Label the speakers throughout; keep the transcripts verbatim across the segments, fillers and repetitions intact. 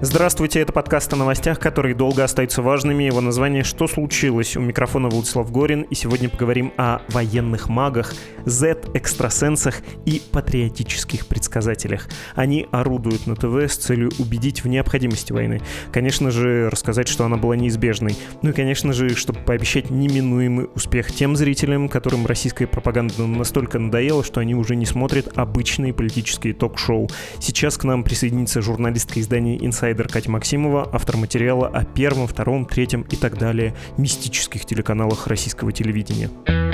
Speaker 1: Здравствуйте, это подкаст о новостях, которые долго остаются важными. Его название «Что случилось?». У микрофона Владислав Горин, и сегодня поговорим о военных магах, зет-экстрасенсах и патриотических предсказателях. Они орудуют на ТВ с целью убедить в необходимости войны. Конечно же, рассказать, что она была неизбежной. Ну и, конечно же, чтобы пообещать неминуемый успех тем зрителям, которым российская пропаганда настолько надоела, что они уже не смотрят обычные политические ток-шоу. Сейчас к нам присоединится журналистка издания «Инсайдер» Катя Максимова, автор материала о первом, втором, третьем и так далее мистических телеканалах российского телевидения.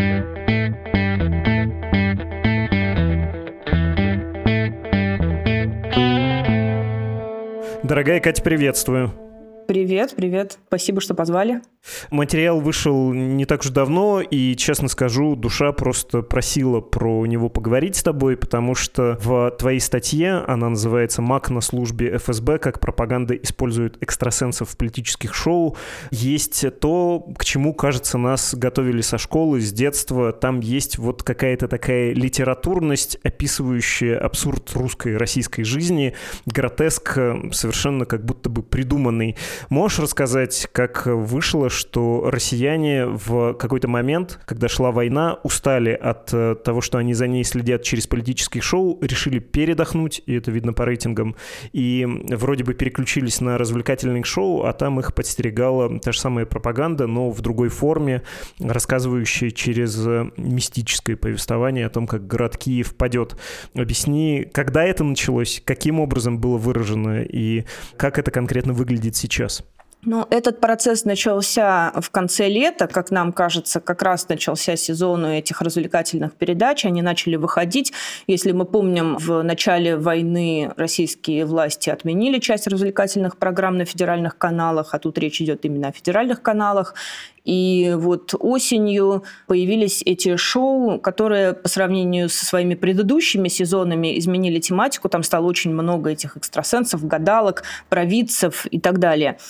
Speaker 1: Дорогая Катя, приветствую.
Speaker 2: Привет, привет. Спасибо, что позвали.
Speaker 1: Материал вышел не так уж давно, и, честно скажу, душа просто просила про него поговорить с тобой, потому что в твоей статье, она называется «Маг на службе эф эс бэ. Как пропаганда использует экстрасенсов в политических шоу», есть то, к чему, кажется, нас готовили со школы, с детства. Там есть вот какая-то такая литературность, описывающая абсурд русской и российской жизни, гротеск, совершенно как будто бы придуманный. Можешь рассказать, как вышло, что россияне в какой-то момент, когда шла война, устали от того, что они за ней следят через политические шоу, решили передохнуть, и это видно по рейтингам, и вроде бы переключились на развлекательные шоу, а там их подстерегала та же самая пропаганда, но в другой форме, рассказывающая через мистическое повествование о том, как город Киев падет. Объясни, когда это началось, каким образом было выражено и как это конкретно выглядит сейчас?
Speaker 2: Ну, этот процесс начался в конце лета, как нам кажется, как раз начался сезон этих развлекательных передач, они начали выходить. Если мы помним, в начале войны российские власти отменили часть развлекательных программ на федеральных каналах, а тут речь идет именно о федеральных каналах. И вот осенью появились эти шоу, которые по сравнению со своими предыдущими сезонами изменили тематику. Там стало очень много этих экстрасенсов, гадалок, провидцев и так далее.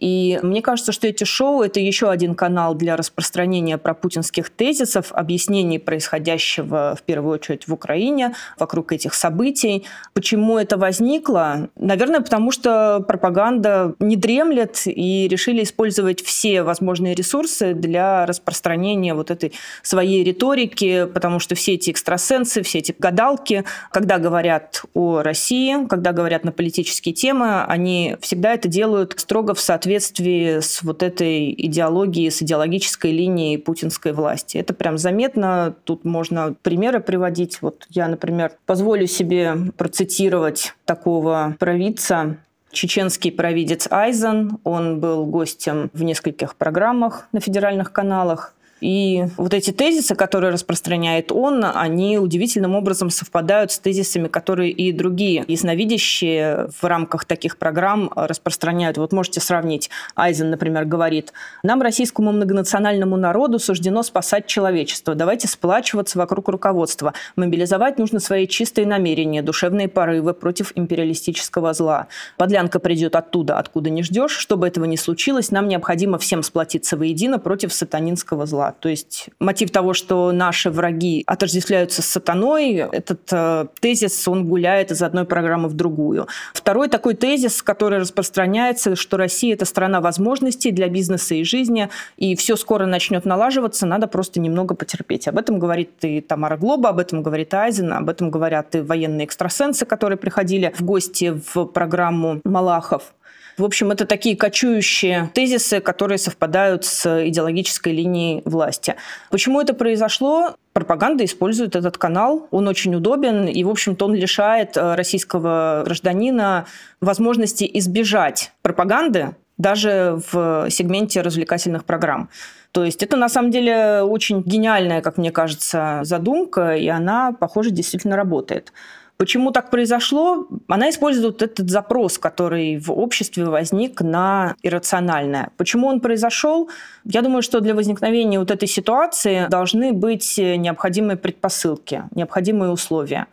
Speaker 2: И мне кажется, что эти шоу – это еще один канал для распространения пропутинских тезисов, объяснений происходящего, в первую очередь, в Украине, вокруг этих событий. Почему это возникло? Наверное, потому что пропаганда не дремлет, и решили использовать все возможные ресурсы для распространения вот этой своей риторики, потому что все эти экстрасенсы, все эти гадалки, когда говорят о России, когда говорят на политические темы, они всегда это делают строго в соответствии в соответствии с вот этой идеологией, с идеологической линией путинской власти. Это прям заметно. Тут можно примеры приводить. Вот я, например, позволю себе процитировать такого провидца, чеченский провидец Айзен. Он был гостем в нескольких программах на федеральных каналах. И вот эти тезисы, которые распространяет он, они удивительным образом совпадают с тезисами, которые и другие ясновидящие в рамках таких программ распространяют. Вот можете сравнить. Айзен, например, говорит: «Нам, российскому многонациональному народу, суждено спасать человечество. Давайте сплачиваться вокруг руководства. Мобилизовать нужно свои чистые намерения, душевные порывы против империалистического зла. Подлянка придет оттуда, откуда не ждешь. Чтобы этого не случилось, нам необходимо всем сплотиться воедино против сатанинского зла». То есть мотив того, что наши враги отождествляются с сатаной, этот э, тезис, он гуляет из одной программы в другую. Второй такой тезис, который распространяется, что Россия – это страна возможностей для бизнеса и жизни, и все скоро начнет налаживаться, надо просто немного потерпеть. Об этом говорит и Тамара Глоба, об этом говорит Айзен, об этом говорят и военные экстрасенсы, которые приходили в гости в программу Малахов. В общем, это такие кочующие тезисы, которые совпадают с идеологической линией власти. Почему это произошло? Пропаганда использует этот канал, он очень удобен, и, в общем-то, он лишает российского гражданина возможности избежать пропаганды даже в сегменте развлекательных программ. То есть это, на самом деле, очень гениальная, как мне кажется, задумка, и она, похоже, действительно работает. Почему так произошло? Она использует этот запрос, который в обществе возник на иррациональное. Почему он произошел? Я думаю, что для возникновения вот этой ситуации должны быть необходимые предпосылки, необходимые условия.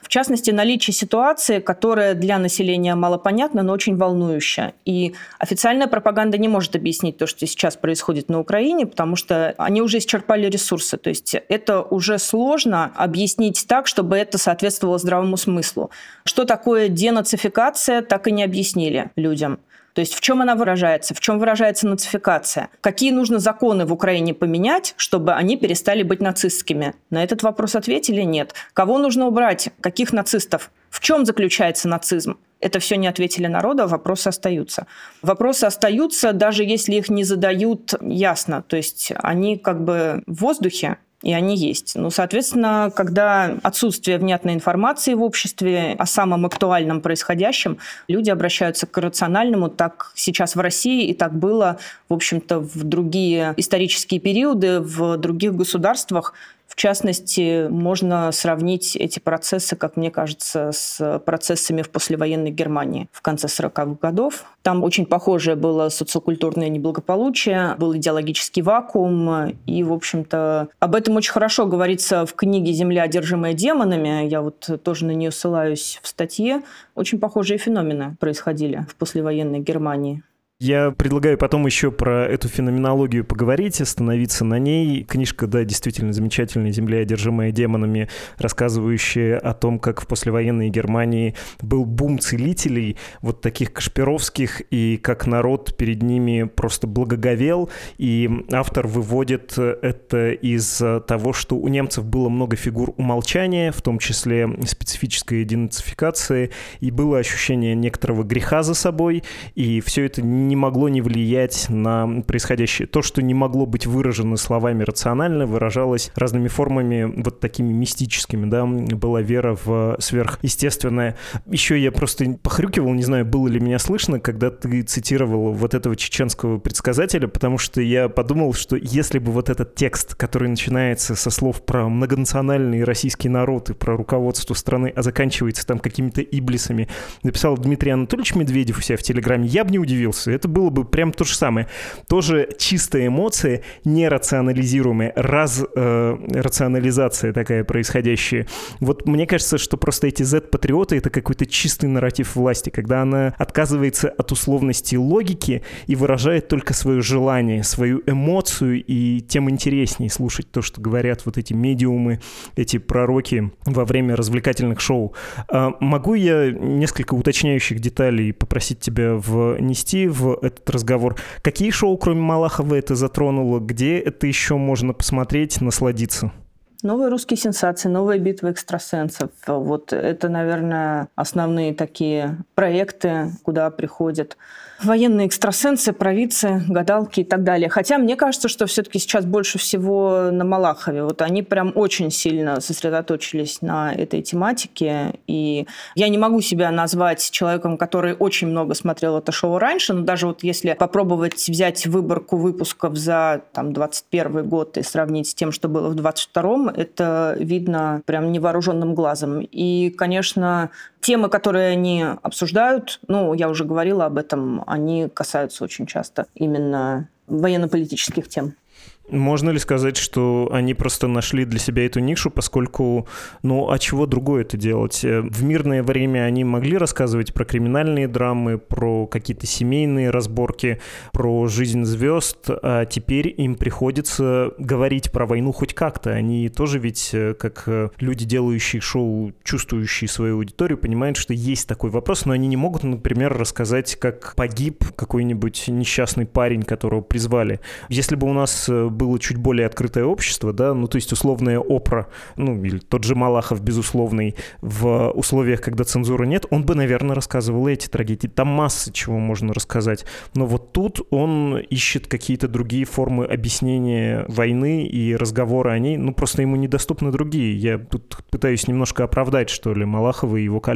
Speaker 2: В частности, наличие ситуации, которая для населения малопонятна, но очень волнующая. И официальная пропаганда не может объяснить то, что сейчас происходит на Украине, потому что они уже исчерпали ресурсы. То есть это уже сложно объяснить так, чтобы это соответствовало здравому смыслу. Что такое денацификация, так и не объяснили людям. То есть в чем она выражается? В чем выражается нацификация? Какие нужно законы в Украине поменять, чтобы они перестали быть нацистскими? На этот вопрос ответили нет. Кого нужно убрать? Каких нацистов? В чем заключается нацизм? Это все не ответили народу, а вопросы остаются. Вопросы остаются, даже если их не задают ясно. То есть они как бы в воздухе, и они есть. Ну, соответственно, когда отсутствие внятной информации в обществе о самом актуальном происходящем, люди обращаются к рациональному. Так сейчас в России, и так было, в общем-то, в другие исторические периоды, в других государствах. В частности, можно сравнить эти процессы, как мне кажется, с процессами в послевоенной Германии в конце сороковых годов. Там очень похожее было социокультурное неблагополучие, был идеологический вакуум. И, в общем-то, об этом очень хорошо говорится в книге «Земля, одержимая демонами». Я вот тоже на нее ссылаюсь в статье. Очень похожие феномены происходили в послевоенной Германии.
Speaker 1: Я предлагаю потом еще про эту феноменологию поговорить, остановиться на ней. Книжка, да, действительно замечательная, «Земля, одержимая демонами», рассказывающая о том, как в послевоенной Германии был бум целителей, вот таких кашпировских, и как народ перед ними просто благоговел. И автор выводит это из того, что у немцев было много фигур умолчания, в том числе специфической денацификации, и было ощущение некоторого греха за собой, и все это не не могло не влиять на происходящее. То, что не могло быть выражено словами рационально, выражалось разными формами, вот такими мистическими, да, была вера в сверхъестественное. Еще я просто похрюкивал, не знаю, было ли меня слышно, когда ты цитировал вот этого чеченского предсказателя, потому что я подумал, что если бы вот этот текст, который начинается со слов про многонациональный российский народ и про руководство страны, а заканчивается там какими-то иблисами, написал Дмитрий Анатольевич Медведев у себя в Телеграме, я бы не удивился. Это было бы прям то же самое. Тоже чистая эмоция, нерационализируемая, раз, э, рационализация такая происходящая. Вот мне кажется, что просто эти Z-патриоты — это какой-то чистый нарратив власти, когда она отказывается от условности логики и выражает только свое желание, свою эмоцию, и тем интереснее слушать то, что говорят вот эти медиумы, эти пророки во время развлекательных шоу. А могу я несколько уточняющих деталей попросить тебя внести в этот разговор? Какие шоу, кроме Малахова, это затронуло? Где это еще можно посмотреть, насладиться?
Speaker 2: Новые русские сенсации, новая битва экстрасенсов. Вот это, наверное, основные такие проекты, куда приходят военные экстрасенсы, провидцы, гадалки и так далее. Хотя мне кажется, что все-таки сейчас больше всего на Малахове. Вот они прям очень сильно сосредоточились на этой тематике. И я не могу себя назвать человеком, который очень много смотрел это шоу раньше, но даже вот если попробовать взять выборку выпусков за там, двадцать первый год и сравнить с тем, что было в двадцать втором, это видно прям невооруженным глазом. И, конечно, темы, которые они обсуждают, ну, я уже говорила об этом, они касаются очень часто именно военно-политических тем.
Speaker 1: Можно ли сказать, что они просто нашли для себя эту нишу, поскольку, ну, а чего другое это делать? В мирное время они могли рассказывать про криминальные драмы, про какие-то семейные разборки, про жизнь звезд, а теперь им приходится говорить про войну хоть как-то. Они тоже ведь, как люди, делающие шоу, чувствующие свою аудиторию, понимают, что есть такой вопрос, но они не могут, например, рассказать, как погиб какой-нибудь несчастный парень, которого призвали. Если бы у нас было чуть более открытое общество, да, ну, то есть условная Опра, ну, или тот же Малахов, безусловный, в условиях, когда цензуры нет, он бы, наверное, рассказывал эти трагедии. Там масса чего можно рассказать. Но вот тут он ищет какие-то другие формы объяснения войны и разговора о ней, ну, просто ему недоступны другие. Я тут пытаюсь немножко оправдать, что ли, Малахова и его коллег.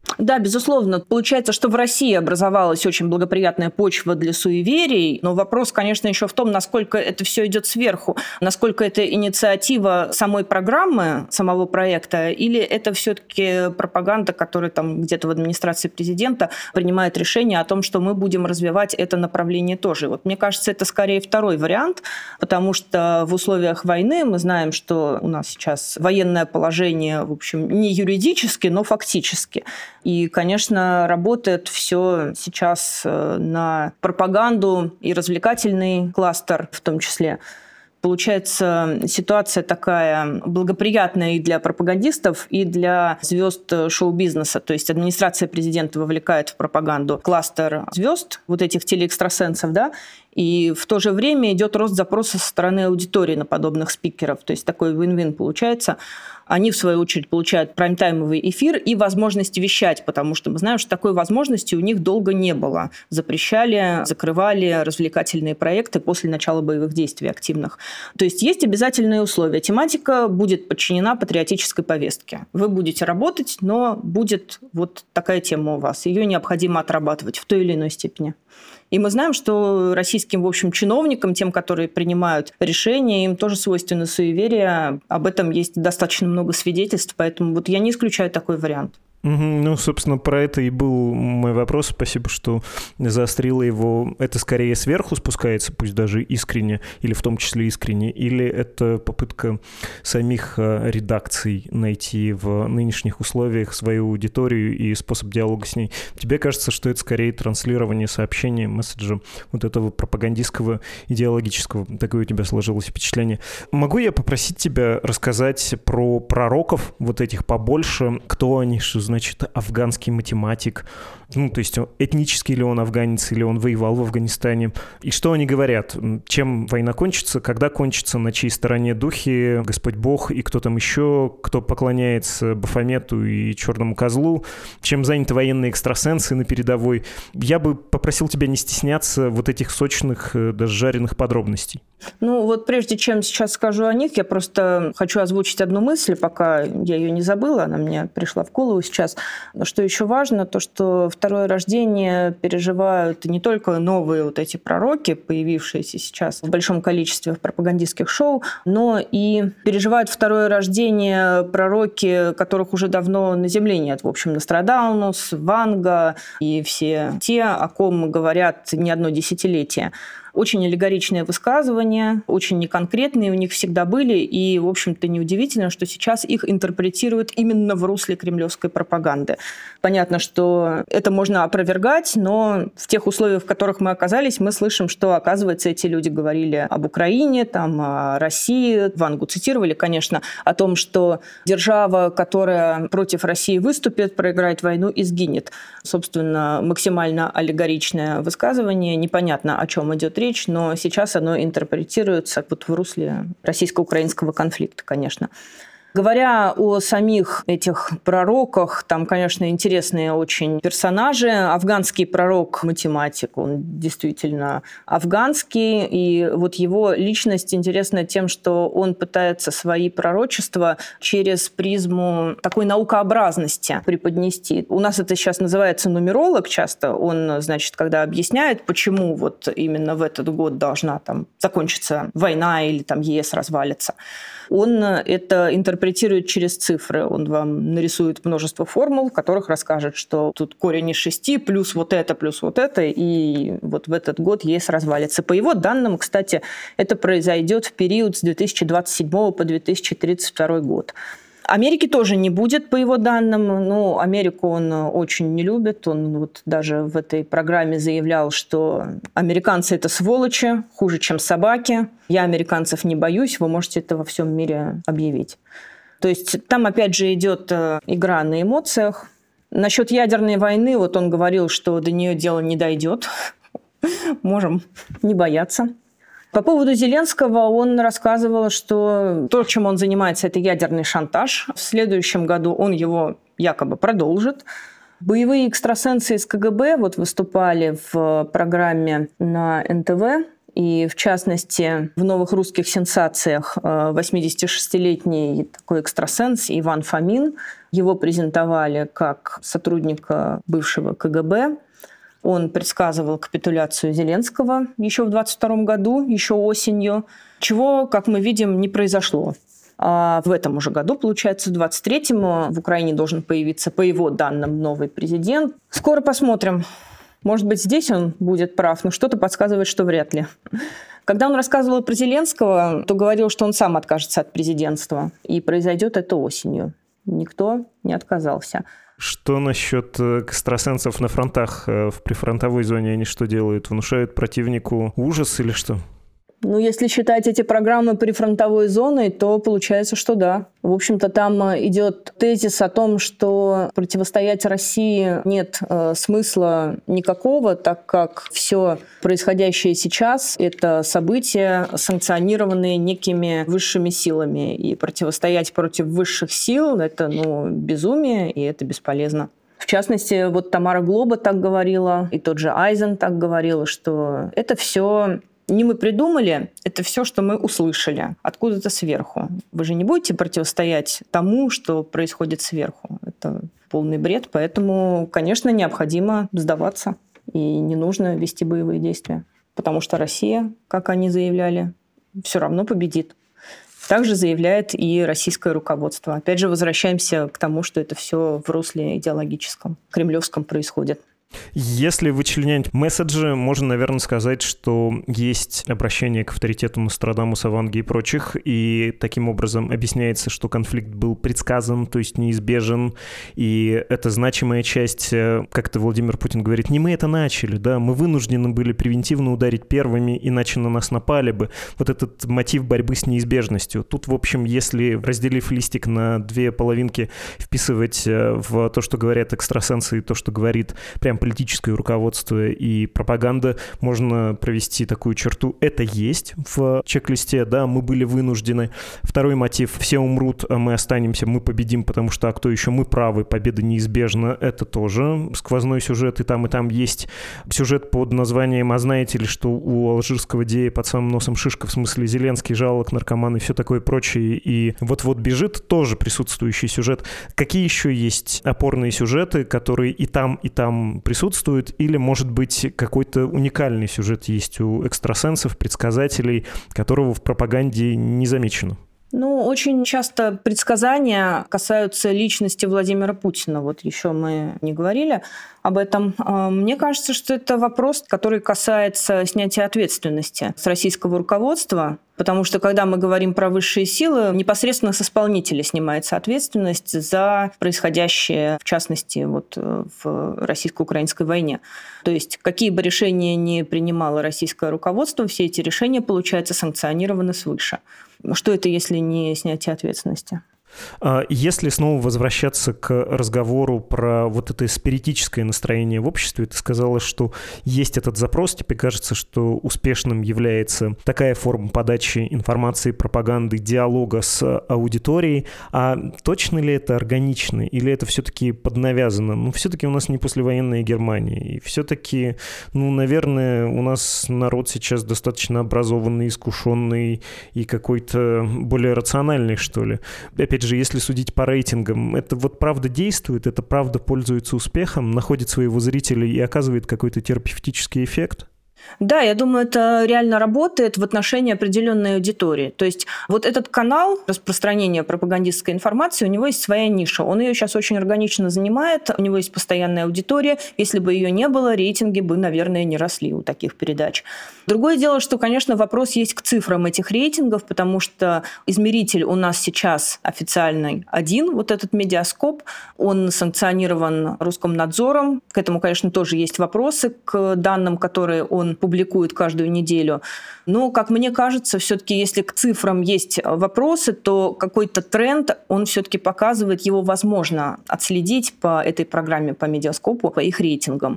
Speaker 2: Да, безусловно. Получается, что в России образовалась очень благоприятная почва для суеверий, но вопрос, конечно, еще в том, насколько это все идет сверху, насколько это инициатива самой программы, самого проекта, или это все-таки пропаганда, которая там где-то в администрации президента принимает решение о том, что мы будем развивать это направление тоже. Вот мне кажется, это скорее второй вариант, потому что в условиях войны мы знаем, что у нас сейчас военное положение, в общем, не юридически, но фактически. И, конечно, работает все сейчас на пропаганду и развлекательный кластер в том числе. Получается, ситуация такая благоприятная и для пропагандистов, и для звезд шоу-бизнеса. То есть администрация президента вовлекает в пропаганду кластер звезд, вот этих телеэкстрасенсов, да, и в то же время идет рост запроса со стороны аудитории на подобных спикеров. То есть такой вин-вин получается. Они, в свою очередь, получают прайм-таймовый эфир и возможность вещать, потому что мы знаем, что такой возможности у них долго не было. Запрещали, закрывали развлекательные проекты после начала боевых действий активных. То есть есть обязательные условия. Тематика будет подчинена патриотической повестке. Вы будете работать, но будет вот такая тема у вас. Ее необходимо отрабатывать в той или иной степени. И мы знаем, что российским, в общем, чиновникам, тем, которые принимают решения, им тоже свойственно суеверие. Об этом есть достаточно много свидетельств, поэтому вот я не исключаю такой вариант.
Speaker 1: Ну, собственно, про это и был мой вопрос. Спасибо, что заострила его. Это скорее сверху спускается, пусть даже искренне, или в том числе искренне, или это попытка самих редакций найти в нынешних условиях свою аудиторию и способ диалога с ней? Тебе кажется, что это скорее транслирование сообщения, месседжа вот этого пропагандистского, идеологического? Такое у тебя сложилось впечатление. Могу я попросить тебя рассказать про пророков вот этих побольше? Кто они, что значит афганский математик, ну, то есть этнический ли он афганец, или он воевал в Афганистане, и что они говорят, чем война кончится, когда кончится, на чьей стороне духи, Господь Бог и кто там еще, кто поклоняется Бафомету и Черному Козлу, чем заняты военные экстрасенсы на передовой. Я бы попросил тебя не стесняться вот этих сочных, даже жареных подробностей.
Speaker 2: Ну, вот прежде чем сейчас скажу о них, я просто хочу озвучить одну мысль, пока я ее не забыла, она мне пришла в голову сейчас. Что еще важно, то, что второе рождение переживают не только новые вот эти пророки, появившиеся сейчас в большом количестве в пропагандистских шоу, но и переживают второе рождение пророки, которых уже давно на земле нет. В общем, Нострадамус, Ванга и все те, о ком говорят не одно десятилетие. Очень аллегоричные высказывания, очень неконкретные у них всегда были, и, в общем-то, неудивительно, что сейчас их интерпретируют именно в русле кремлевской пропаганды. Понятно, что это можно опровергать, но в тех условиях, в которых мы оказались, мы слышим, что, оказывается, эти люди говорили об Украине, там, о России. Вангу цитировали, конечно, о том, что держава, которая против России выступит, проиграет войну и сгинет. Собственно, максимально аллегоричное высказывание. Непонятно, о чем идет речь, но сейчас оно интерпретируется вот в русле российско-украинского конфликта, конечно. Говоря о самих этих пророках, там, конечно, интересные очень персонажи. Афганский пророк-математик, он действительно афганский, и вот его личность интересна тем, что он пытается свои пророчества через призму такой наукообразности преподнести. У нас это сейчас называется нумеролог часто. Он, значит, когда объясняет, почему вот именно в этот год должна там закончиться война или там ЕС развалится, он это интерпретирует через цифры. Он вам нарисует множество формул, в которых расскажет, что тут корень из шести, плюс вот это, плюс вот это, и вот в этот год ЕС развалится. По его данным, кстати, это произойдет в период с две тысячи двадцать седьмого по две тысячи тридцать второй год. Америки тоже не будет, по его данным. Ну, Америку он очень не любит. Он вот даже в этой программе заявлял, что американцы – это сволочи, хуже, чем собаки. Я американцев не боюсь, вы можете это во всем мире объявить. То есть там, опять же, идет игра на эмоциях. Насчет ядерной войны, вот он говорил, что до нее дело не дойдет. Можем не бояться. По поводу Зеленского он рассказывал, что то, чем он занимается, это ядерный шантаж. В следующем году он его якобы продолжит. Боевые экстрасенсы из ка гэ бэ вот выступали в программе на эн тэ вэ И, в частности, в «Новых русских сенсациях» восьмидесятишестилетний такой экстрасенс Иван Фомин, его презентовали как сотрудника бывшего ка гэ бэ. Он предсказывал капитуляцию Зеленского еще в двадцать втором году, еще осенью, чего, как мы видим, не произошло. А в этом уже году, получается, в двадцать третьем в Украине должен появиться, по его данным, новый президент. Скоро посмотрим. Может быть, здесь он будет прав, но что-то подсказывает, что вряд ли. Когда он рассказывал про Зеленского, то говорил, что он сам откажется от президентства. И произойдет это осенью. Никто не отказался.
Speaker 1: Что насчет экстрасенсов на фронтах? В прифронтовой зоне они что делают? Внушают противнику ужас или что?
Speaker 2: Ну, если считать эти программы прифронтовой зоной, то получается, что да. В общем-то, там идет тезис о том, что противостоять России нет э, смысла никакого, так как все происходящее сейчас – это события, санкционированные некими высшими силами. И противостоять против высших сил – это ну, безумие, и это бесполезно. В частности, вот Тамара Глоба так говорила, и тот же Айзен так говорил, что это все... Не мы придумали, это все, что мы услышали откуда-то сверху. Вы же не будете противостоять тому, что происходит сверху. Это полный бред, поэтому, конечно, необходимо сдаваться. И не нужно вести боевые действия. Потому что Россия, как они заявляли, все равно победит. Также заявляет и российское руководство. Опять же, возвращаемся к тому, что это все в русле идеологическом, кремлевском происходит.
Speaker 1: Если вычленять месседжи, можно, наверное, сказать, что есть обращение к авторитету Нострадамуса, Ванги и прочих, и таким образом объясняется, что конфликт был предсказан, то есть неизбежен, и это значимая часть, как-то Владимир Путин говорит, не мы это начали, да, мы вынуждены были превентивно ударить первыми, иначе на нас напали бы. Вот этот мотив борьбы с неизбежностью. Тут, в общем, если, разделив листик на две половинки, вписывать в то, что говорят экстрасенсы, и то, что говорит прям политическое руководство и пропаганда, можно провести такую черту. Это есть в чек-листе, да, мы были вынуждены. Второй мотив – все умрут, а мы останемся, мы победим, потому что, а кто еще? Мы правы, победа неизбежна. Это тоже сквозной сюжет, и там, и там есть сюжет под названием «А знаете ли, что у алжирского дея под самым носом шишка», в смысле Зеленский, жалок, наркоман и все такое прочее, и вот-вот бежит, тоже присутствующий сюжет. Какие еще есть опорные сюжеты, которые и там, и там присутствуют, или, может быть, какой-то уникальный сюжет есть у экстрасенсов, предсказателей, которого в пропаганде не замечено?
Speaker 2: Ну, очень часто предсказания касаются личности Владимира Путина. Вот еще мы не говорили об этом. Мне кажется, что это вопрос, который касается снятия ответственности с российского руководства, потому что, когда мы говорим про высшие силы, непосредственно с исполнителя снимается ответственность за происходящее, в частности, вот в российско-украинской войне. То есть, какие бы решения ни принимало российское руководство, все эти решения, получается, санкционированы свыше. Что это, если не снятие ответственности?
Speaker 1: Если снова возвращаться к разговору про вот это спиритическое настроение в обществе, ты сказала, что есть этот запрос, тебе кажется, что успешным является такая форма подачи информации, пропаганды, диалога с аудиторией, а точно ли это органично или это все-таки поднавязано? Ну, все-таки у нас не послевоенная Германия, и все-таки, ну, наверное, у нас народ сейчас достаточно образованный, искушенный и какой-то более рациональный, что ли. Опять же, если судить по рейтингам, это вот правда действует, это правда пользуется успехом, находит своего зрителя и оказывает какой-то терапевтический эффект?
Speaker 2: Да, я думаю, это реально работает в отношении определенной аудитории. То есть вот этот канал распространения пропагандистской информации, у него есть своя ниша. Он ее сейчас очень органично занимает, у него есть постоянная аудитория. Если бы ее не было, рейтинги бы, наверное, не росли у таких передач. Другое дело, что, конечно, вопрос есть к цифрам этих рейтингов, потому что измеритель у нас сейчас официальный один, вот этот медиаскоп, он санкционирован Роскомнадзором. К этому, конечно, тоже есть вопросы к данным, которые он публикует каждую неделю. Но, как мне кажется, все-таки если к цифрам есть вопросы, то какой-то тренд, он все-таки показывает, его возможно отследить по этой программе, по медиаскопу, по их рейтингам.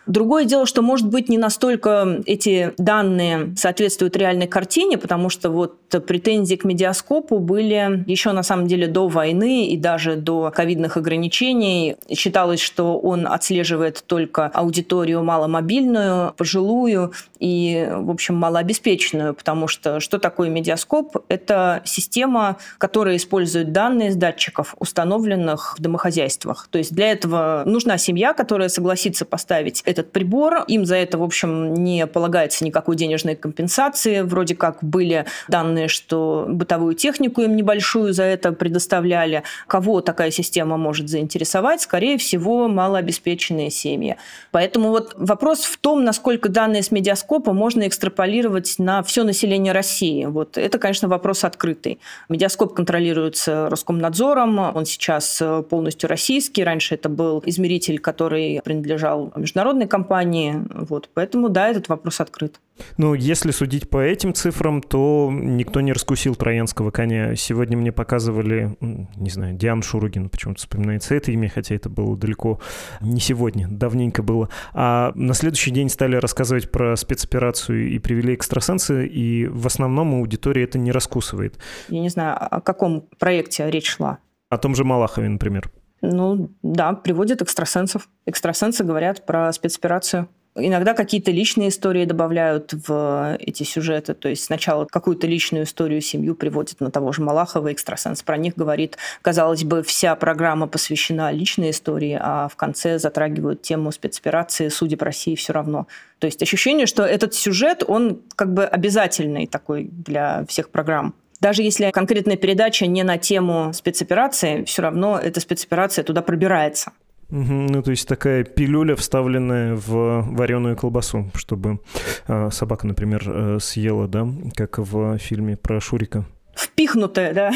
Speaker 2: Другое дело, что, может быть, не настолько эти данные соответствуют реальной картине, потому что вот претензии к медиаскопу были еще, на самом деле, до войны и даже до ковидных ограничений. Считалось, что он отслеживает только аудиторию маломобильную, пожилую и, в общем, малообеспеченную, потому что что такое медиаскоп? Это система, которая использует данные с датчиков, установленных в домохозяйствах. То есть для этого нужна семья, которая согласится поставить этот прибор. Им за это, в общем, не полагается никакой денежной компенсации. Вроде как были данные, что бытовую технику им небольшую за это предоставляли. Кого такая система может заинтересовать? Скорее всего, малообеспеченные семьи. Поэтому вот вопрос в том, насколько данные с медиаскопа можно экстраполировать на все население России. Вот это, конечно, вопрос открытый. Медиаскоп контролируется Роскомнадзором, он сейчас полностью российский. Раньше это был измеритель, который принадлежал международной компании. Вот. Поэтому, да, этот вопрос открыт.
Speaker 1: Ну, если судить по этим цифрам, то никто не раскусил троянского коня. Сегодня мне показывали, не знаю, Диану Шурыгину, почему-то вспоминается это имя, хотя это было далеко не сегодня, давненько было. А на следующий день стали рассказывать про спецоперацию и привели экстрасенсы, и в основном аудитория это не раскусывает.
Speaker 2: Я не знаю, о каком проекте речь шла.
Speaker 1: О том же Малахове, например.
Speaker 2: Ну, да, приводят экстрасенсов. Экстрасенсы говорят про спецоперацию. Иногда какие-то личные истории добавляют в эти сюжеты. То есть сначала какую-то личную историю, семью приводят на того же Малахова, экстрасенс про них говорит. Казалось бы, вся программа посвящена личной истории, а в конце затрагивают тему спецоперации, судеб России все равно. То есть ощущение, что этот сюжет, он как бы обязательный такой для всех программ. Даже если конкретная передача не на тему спецоперации, все равно эта спецоперация туда пробирается.
Speaker 1: Угу, ну, то есть такая пилюля, вставленная в вареную колбасу, чтобы э, собака, например, э, съела, да, как в фильме про Шурика.
Speaker 2: Впихнутая, да.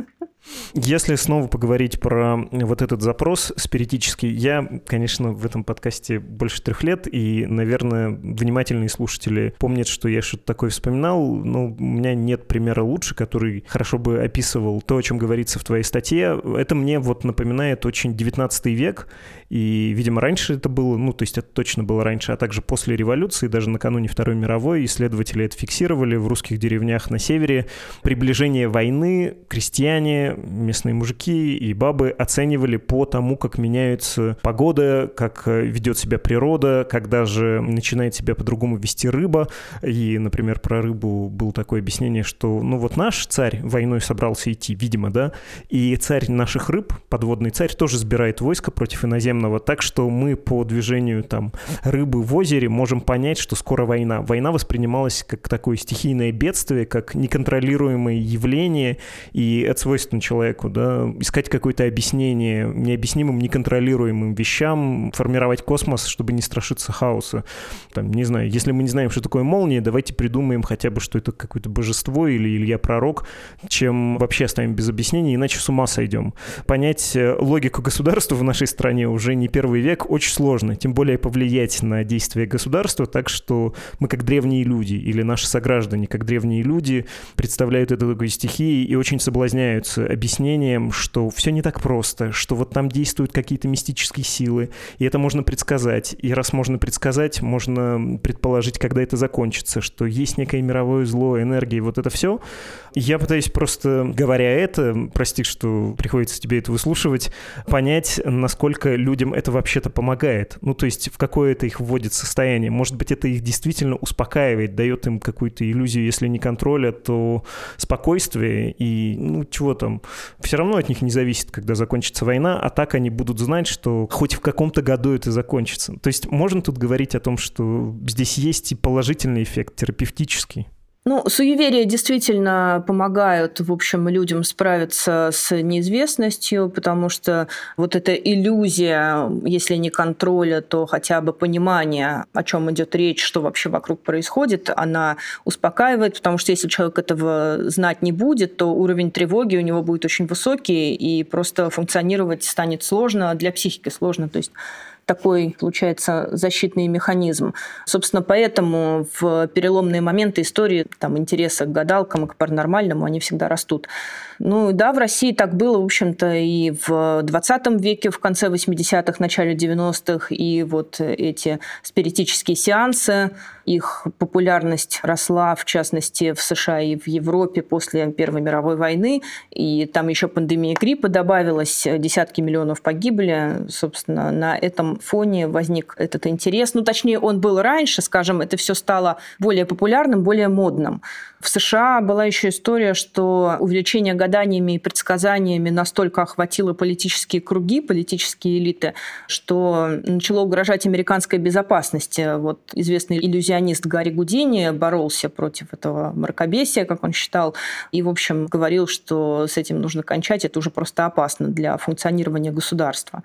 Speaker 1: Если снова поговорить про вот этот запрос спиритический, я, конечно, в этом подкасте больше трех лет, и, наверное, внимательные слушатели помнят, что я что-то такое вспоминал, но у меня нет примера лучше, который хорошо бы описывал то, о чем говорится в твоей статье. Это мне вот напоминает очень девятнадцатый век, и, видимо, раньше это было, ну, то есть это точно было раньше, а также после революции, даже накануне Второй мировой, исследователи это фиксировали в русских деревнях на севере. Приближение войны крестьяне, местные мужики и бабы оценивали по тому, как меняется погода, как ведет себя природа, когда же начинает себя по-другому вести рыба. И, например, про рыбу было такое объяснение, что, ну, вот наш царь войной собрался идти, видимо, да, и царь наших рыб, подводный царь, тоже сбирает войско против иноземного, так что мы по движению там рыбы в озере можем понять, что скоро война. Война воспринималась как такое стихийное бедствие, как неконтролируемое явление, и это свойственно человеку, да, искать какое-то объяснение необъяснимым, неконтролируемым вещам, формировать космос, чтобы не страшиться хаоса. Там, не знаю, если мы не знаем, что такое молния, давайте придумаем хотя бы, что это какое-то божество или Илья Пророк, чем вообще оставим без объяснений, иначе с ума сойдем. Понять логику государства в нашей стране уже не первый век очень сложно, тем более повлиять на действия государства, так что мы как древние люди, или наши сограждане как древние люди представляют это такой стихией и очень соблазняются объяснением, что все не так просто, что вот там действуют какие-то мистические силы, и это можно предсказать. И раз можно предсказать, можно предположить, когда это закончится, что есть некое мировое зло, энергия, вот это все. Я пытаюсь просто, говоря это, прости, что приходится тебе это выслушивать, понять, насколько людям это вообще-то помогает. Ну, то есть в какое это их вводит состояние. Может быть, это их действительно успокаивает, дает им какую-то иллюзию, если не контроля, то спокойствия и, ну, чего там, все равно от них не зависит, когда закончится война, а так они будут знать, что хоть в каком-то году это закончится. То есть можно тут говорить о том, что здесь есть и положительный эффект, терапевтический.
Speaker 2: Ну, суеверия действительно помогают, в общем, людям справиться с неизвестностью, потому что вот эта иллюзия, если не контроля, то хотя бы понимания, о чем идет речь, что вообще вокруг происходит, она успокаивает, потому что если человек этого знать не будет, то уровень тревоги у него будет очень высокий, и просто функционировать станет сложно, для психики сложно. То есть такой, получается, защитный механизм. Собственно, поэтому в переломные моменты истории там, интереса к гадалкам и к паранормальному, они всегда растут. Ну да, в России так было, в общем-то, и в двадцатом веке, в конце восьмидесятых, начале девяностых, и вот эти спиритические сеансы, их популярность росла, в частности, в США и в Европе после Первой мировой войны, и там еще пандемия гриппа добавилась, десятки миллионов погибли. Собственно, на этом фоне возник этот интерес. Ну, точнее, он был раньше, скажем, это все стало более популярным, более модным. В США была еще история, что увлечение гаданиями и предсказаниями настолько охватило политические круги, политические элиты, что начало угрожать американской безопасности. Вот известный иллюзионист Гарри Гудини боролся против этого мракобесия, как он считал, и, в общем, говорил, что с этим нужно кончать, это уже просто опасно для функционирования государства.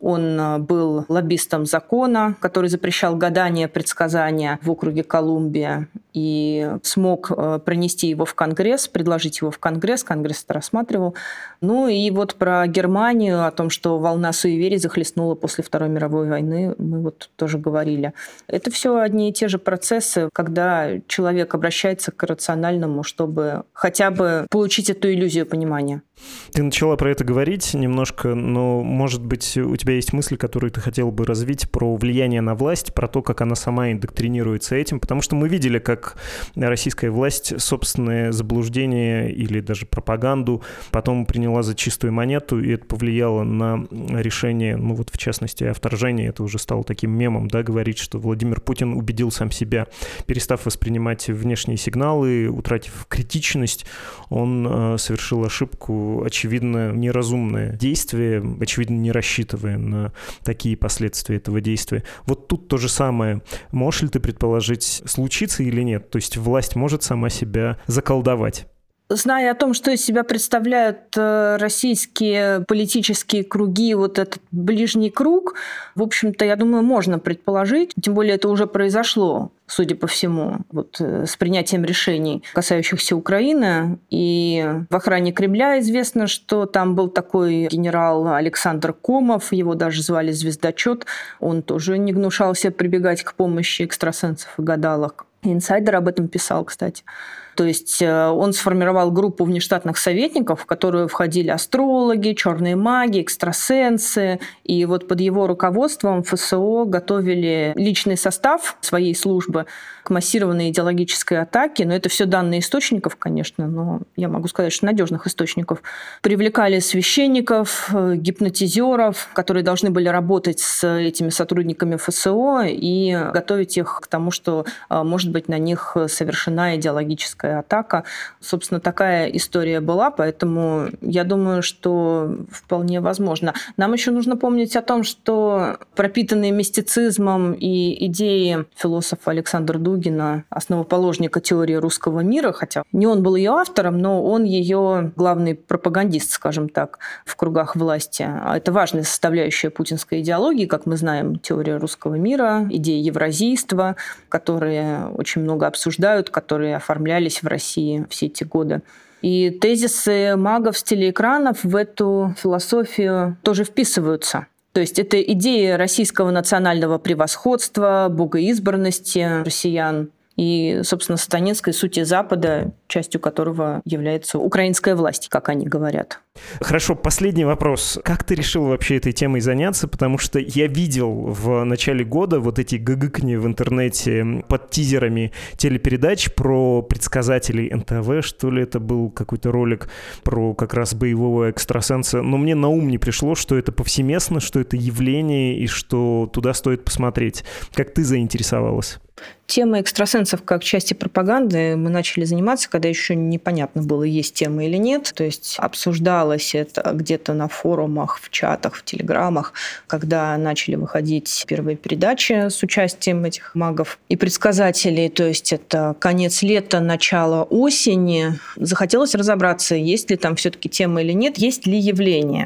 Speaker 2: Он был лоббистом закона, который запрещал гадания, предсказания в округе Колумбия, и смог пронести его в Конгресс, предложить его в Конгресс, Конгресс это рассматривал. Ну и вот про Германию, о том, что волна суеверий захлестнула после Второй мировой войны, мы вот тоже говорили. Это все одни и те же процессы, когда человек обращается к рациональному, чтобы хотя бы получить эту иллюзию понимания.
Speaker 1: Ты начала про это говорить немножко, но, может быть, у тебя есть мысли, которые ты хотела бы развить про влияние на власть, про то, как она сама индоктринируется этим, потому что мы видели, как российская власть собственное заблуждение или даже пропаганду потом приняла за чистую монету, и это повлияло на решение, ну вот в частности, о вторжении. Это уже стало таким мемом, да, говорить, что Владимир Путин убедил сам себя, перестав воспринимать внешние сигналы, утратив критичность, он э, совершил ошибку, очевидно, неразумное действие, очевидно, не рассчитывая на такие последствия этого действия. Вот тут то же самое. Можешь ли ты предположить, случится или нет? То есть власть может сама себя заколдовать?
Speaker 2: Зная о том, что из себя представляют российские политические круги, вот этот ближний круг, в общем-то, я думаю, можно предположить, тем более это уже произошло, судя по всему, вот, с принятием решений, касающихся Украины. И в охране Кремля известно, что там был такой генерал Александр Комов, его даже звали «Звездочет», он тоже не гнушался прибегать к помощи экстрасенсов и гадалок. Инсайдер об этом писал, кстати. То есть он сформировал группу внештатных советников, в которую входили астрологи, черные маги, экстрасенсы. И вот под его руководством ФСО готовили личный состав своей службы к массированной идеологической атаке. Но это все данные источников, конечно, но я могу сказать, что надежных источников. Привлекали священников, гипнотизеров, которые должны были работать с этими сотрудниками ФСО и готовить их к тому, что, может быть, на них совершена идеологическая атака. Собственно, такая история была, поэтому я думаю, что вполне возможно. Нам еще нужно помнить о том, что пропитанные мистицизмом и идеи философа Александра Дугина, основоположника теории русского мира, хотя не он был ее автором, но он ее главный пропагандист, скажем так, в кругах власти. Это важная составляющая путинской идеологии, как мы знаем, теория русского мира, идеи евразийства, которые очень много обсуждают, которые оформлялись в России все эти годы. И тезисы магов с телеэкранов в эту философию тоже вписываются. То есть это идеи российского национального превосходства, богоизбранности россиян и, собственно, сатанинской сути Запада, частью которого является украинская власть, как они говорят.
Speaker 1: Хорошо, последний вопрос. Как ты решил вообще этой темой заняться? Потому что я видел в начале года вот эти гыгыкни в интернете под тизерами телепередач про предсказателей эн тэ вэ, что ли, это был какой-то ролик про как раз боевого экстрасенса. Но мне на ум не пришло, что это повсеместно, что это явление и что туда стоит посмотреть. Как ты заинтересовалась?
Speaker 2: Тема экстрасенсов как части пропаганды мы начали заниматься, когда еще непонятно было, есть тема или нет. То есть обсуждалось это где-то на форумах, в чатах, в телеграммах, когда начали выходить первые передачи с участием этих магов и предсказателей. То есть это конец лета, начало осени. Захотелось разобраться, есть ли там все-таки тема или нет, есть ли явление.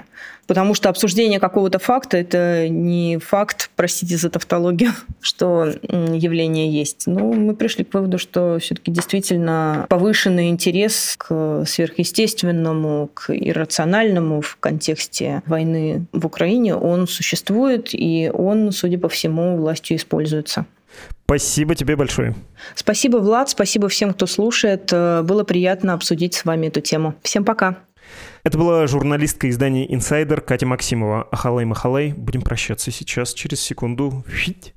Speaker 2: Потому что обсуждение какого-то факта – это не факт, простите за тавтологию, что явление есть. Но мы пришли к выводу, что все-таки действительно повышенный интерес к сверхъестественному, к иррациональному в контексте войны в Украине, он существует, и он, судя по всему, властью используется.
Speaker 1: Спасибо тебе большое.
Speaker 2: Спасибо, Влад, спасибо всем, кто слушает. Было приятно обсудить с вами эту тему. Всем пока.
Speaker 1: Это была журналистка издания «Инсайдер» Катя Максимова. Ахалай-махалай. Будем прощаться сейчас, через секунду. Фить.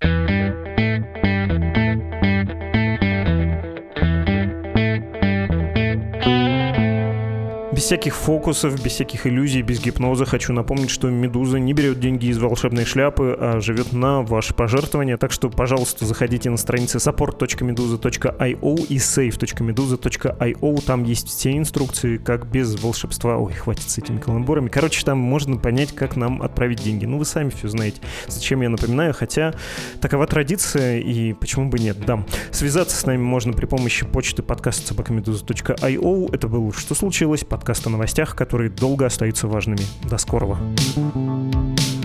Speaker 1: Без всяких фокусов, без всяких иллюзий, без гипноза хочу напомнить, что «Медуза» не берет деньги из волшебной шляпы, а живет на ваши пожертвования. Так что, пожалуйста, заходите на страницы support точка meduza точка ай о и save точка meduza точка ай о. Там есть все инструкции, как без волшебства. Ой, хватит с этими каламбурами. Короче, там можно понять, как нам отправить деньги. Ну, вы сами все знаете. Зачем я напоминаю, хотя такова традиция, и почему бы нет, да. Связаться с нами можно при помощи почты подкаста собака медуза точка ай о. Это было «Что случилось?» Подкаст о новостях, которые долго остаются важными. До скорого.